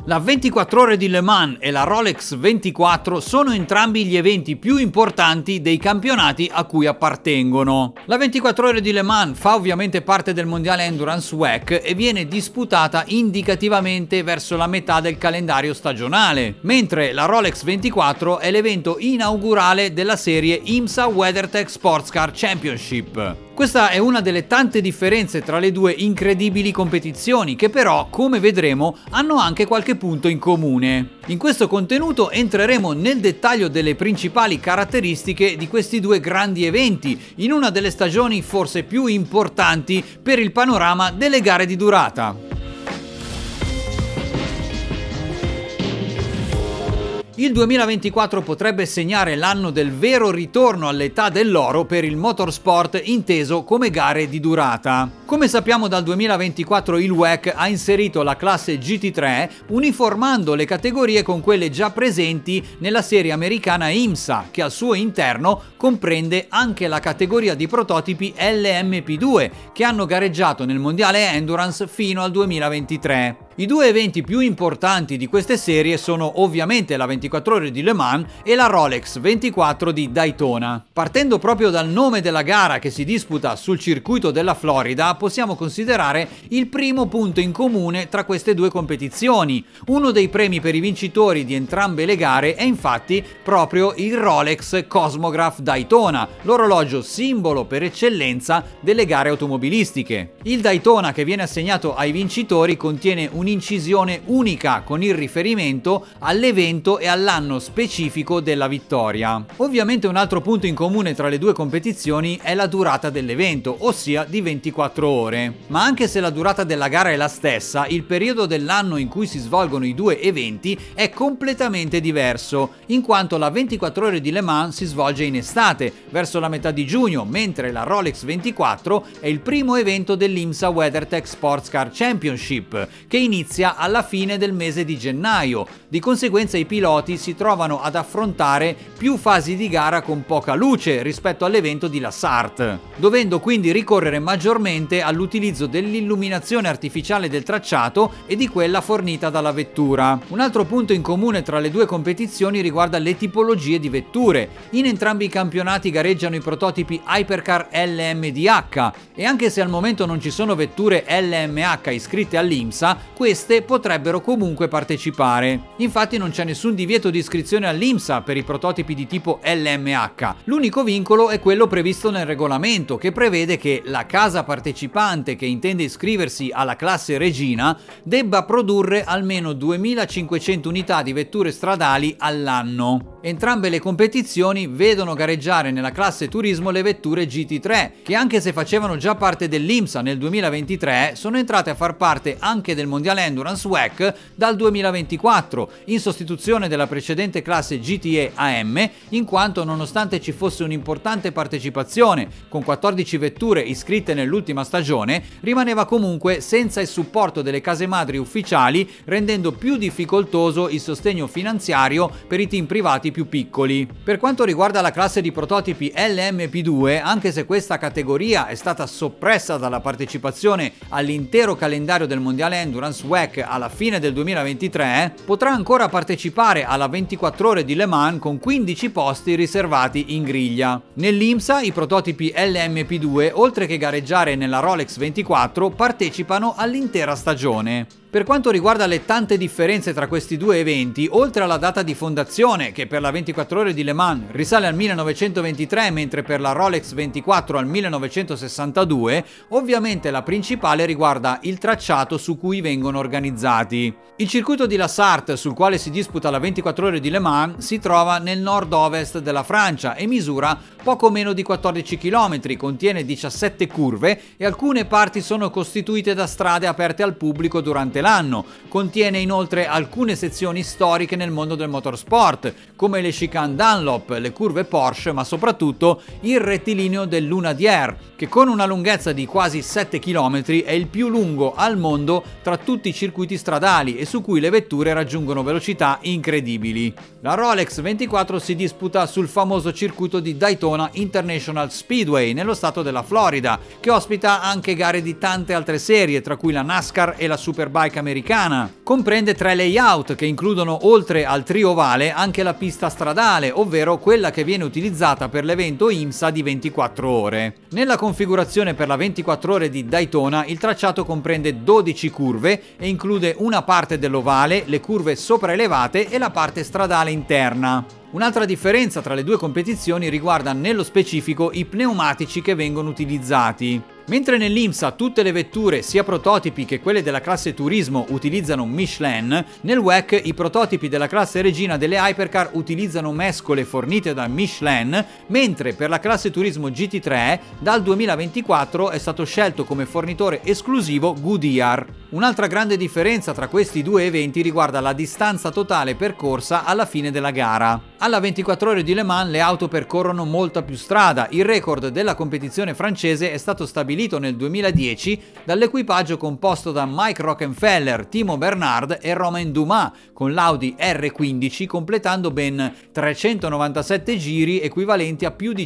La 24 ore di Le Mans e la Rolex 24 sono entrambi gli eventi più importanti dei campionati a cui appartengono. La 24 ore di Le Mans fa ovviamente parte del mondiale Endurance WEC e viene disputata indicativamente verso la metà del calendario stagionale, mentre la Rolex 24 è l'evento inaugurale della serie IMSA WeatherTech Sports Car Championship. Questa è una delle tante differenze tra le due incredibili competizioni che però, come vedremo, hanno anche qualche punto in comune. In questo contenuto entreremo nel dettaglio delle principali caratteristiche di questi due grandi eventi, in una delle stagioni forse più importanti per il panorama delle gare di durata. Il 2024 potrebbe segnare l'anno del vero ritorno all'età dell'oro per il motorsport inteso come gare di durata. Come sappiamo, dal 2024 il WEC ha inserito la classe GT3 uniformando le categorie con quelle già presenti nella serie americana IMSA, che al suo interno comprende anche la categoria di prototipi LMP2 che hanno gareggiato nel mondiale Endurance fino al 2023. I due eventi più importanti di queste serie sono ovviamente la 24 ore di Le Mans e la Rolex 24 di Daytona. Partendo proprio dal nome della gara che si disputa sul circuito della Florida, possiamo considerare il primo punto in comune tra queste due competizioni. Uno dei premi per i vincitori di entrambe le gare è infatti proprio il Rolex Cosmograph Daytona, l'orologio simbolo per eccellenza delle gare automobilistiche. Il Daytona che viene assegnato ai vincitori contiene un'incisione unica con il riferimento all'evento e all'anno specifico della vittoria. Ovviamente un altro punto in comune tra le due competizioni è la durata dell'evento, ossia di 24 ore. Ma anche se la durata della gara è la stessa, il periodo dell'anno in cui si svolgono i due eventi è completamente diverso, in quanto la 24 ore di Le Mans si svolge in estate, verso la metà di giugno, mentre la Rolex 24 è il primo evento dell'IMSA WeatherTech Sports Car Championship, che inizia alla fine del mese di gennaio. Di conseguenza i piloti si trovano ad affrontare più fasi di gara con poca luce rispetto all'evento di La Sarthe, dovendo quindi ricorrere maggiormente all'utilizzo dell'illuminazione artificiale del tracciato e di quella fornita dalla vettura. Un altro punto in comune tra le due competizioni riguarda le tipologie di vetture. In entrambi i campionati gareggiano i prototipi Hypercar LMDH e anche se al momento non ci sono vetture LMH iscritte all'IMSA, queste potrebbero comunque partecipare. Infatti non c'è nessun divieto di iscrizione all'IMSA per i prototipi di tipo LMH. L'unico vincolo è quello previsto nel regolamento, che prevede che la casa partecipante che intende iscriversi alla classe regina debba produrre almeno 2500 unità di vetture stradali all'anno. Entrambe le competizioni vedono gareggiare nella classe turismo le vetture GT3, che anche se facevano già parte dell'IMSA nel 2023, sono entrate a far parte anche del mondiale Endurance WEC dal 2024, in sostituzione della precedente classe GTE AM, in quanto nonostante ci fosse un'importante partecipazione, con 14 vetture iscritte nell'ultima stagione, rimaneva comunque senza il supporto delle case madri ufficiali, rendendo più difficoltoso il sostegno finanziario per i team privati più piccoli. Per quanto riguarda la classe di prototipi LMP2, anche se questa categoria è stata soppressa dalla partecipazione all'intero calendario del mondiale Endurance WEC alla fine del 2023, potrà ancora partecipare alla 24 ore di Le Mans con 15 posti riservati in griglia. Nell'IMSA i prototipi LMP2, oltre che gareggiare nella Rolex 24, partecipano all'intera stagione. Per quanto riguarda le tante differenze tra questi due eventi, oltre alla data di fondazione, che per la 24 ore di Le Mans risale al 1923, mentre per la Rolex 24 al 1962, ovviamente la principale riguarda il tracciato su cui vengono organizzati. Il circuito di La Sarthe, sul quale si disputa la 24 ore di Le Mans, si trova nel nord-ovest della Francia e misura poco meno di 14 km, contiene 17 curve e alcune parti sono costituite da strade aperte al pubblico durante l'anno. Contiene inoltre alcune sezioni storiche nel mondo del motorsport, come le chicane Dunlop, le curve Porsche, ma soprattutto il rettilineo del Lunadier, che con una lunghezza di quasi 7 km è il più lungo al mondo tra tutti i circuiti stradali e su cui le vetture raggiungono velocità incredibili. La Rolex 24 si disputa sul famoso circuito di Daytona International Speedway nello stato della Florida, che ospita anche gare di tante altre serie, tra cui la NASCAR e la Superbike Superbike americana. Comprende 3 layout che includono, oltre al triovale, anche la pista stradale, ovvero quella che viene utilizzata per l'evento IMSA di 24 ore. Nella configurazione per la 24 ore di Daytona il tracciato comprende 12 curve e include una parte dell'ovale, le curve sopraelevate e la parte stradale interna. Un'altra differenza tra le due competizioni riguarda nello specifico i pneumatici che vengono utilizzati. Mentre nell'IMSA tutte le vetture, sia prototipi che quelle della classe turismo, utilizzano Michelin, nel WEC i prototipi della classe regina delle hypercar utilizzano mescole fornite da Michelin, mentre per la classe turismo GT3 dal 2024 è stato scelto come fornitore esclusivo Goodyear. Un'altra grande differenza tra questi due eventi riguarda la distanza totale percorsa alla fine della gara. Alla 24 ore di Le Mans le auto percorrono molta più strada. Il record della competizione francese è stato stabilito nel 2010 dall'equipaggio composto da Mike Rockenfeller, Timo Bernard e Romain Dumas, con l'Audi R15 completando ben 397 giri equivalenti a più di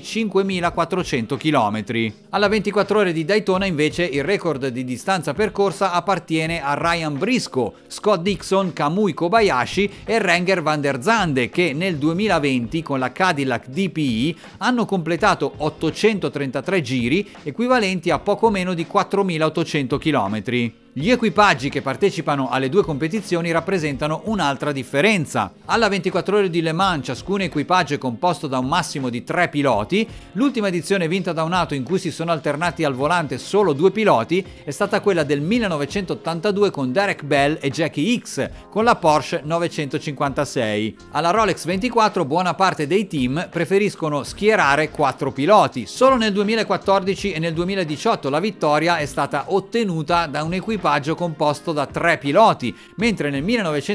5.400 km. Alla 24 ore di Daytona invece il record di distanza percorsa appartiene a Ryan Briscoe, Scott Dixon, Kamui Kobayashi e Renger van der Zande, che nel 2020 con la Cadillac DPI hanno completato 833 giri equivalenti a poco meno di 4.800 km. Gli equipaggi che partecipano alle due competizioni rappresentano un'altra differenza. Alla 24 ore di Le Mans ciascun equipaggio è composto da un massimo di 3 piloti. L'ultima edizione vinta da un'auto in cui si sono alternati al volante solo 2 piloti è stata quella del 1982 con Derek Bell e Jackie Hicks con la Porsche 956. Alla Rolex 24 buona parte dei team preferiscono schierare 4 piloti. Solo nel 2014 e nel 2018 la vittoria è stata ottenuta da un equipaggio composto da 3 piloti, mentre nel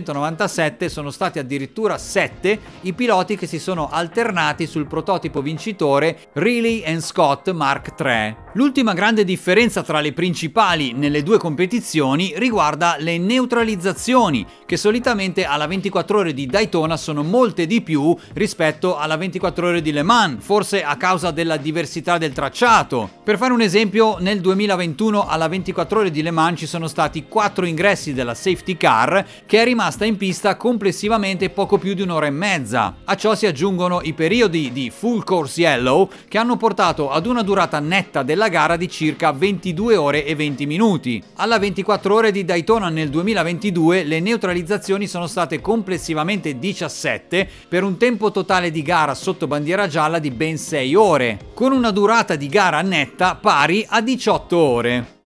1997 sono stati addirittura 7 i piloti che si sono alternati sul prototipo vincitore Riley and Scott Mark III. L'ultima grande differenza tra le principali nelle due competizioni riguarda le neutralizzazioni, che solitamente alla 24 ore di Daytona sono molte di più rispetto alla 24 ore di Le Mans, forse a causa della diversità del tracciato. Per fare un esempio, nel 2021 alla 24 ore di Le Mans ci sono stati 4 ingressi della safety car, che è rimasta in pista complessivamente poco più di un'ora e mezza. A ciò si aggiungono i periodi di full course yellow, che hanno portato ad una durata netta della gara di circa 22 ore e 20 minuti. Alla 24 ore di Daytona nel 2022 le neutralizzazioni sono state complessivamente 17 per un tempo totale di gara sotto bandiera gialla di ben 6 ore, con una durata di gara netta pari a 18 ore.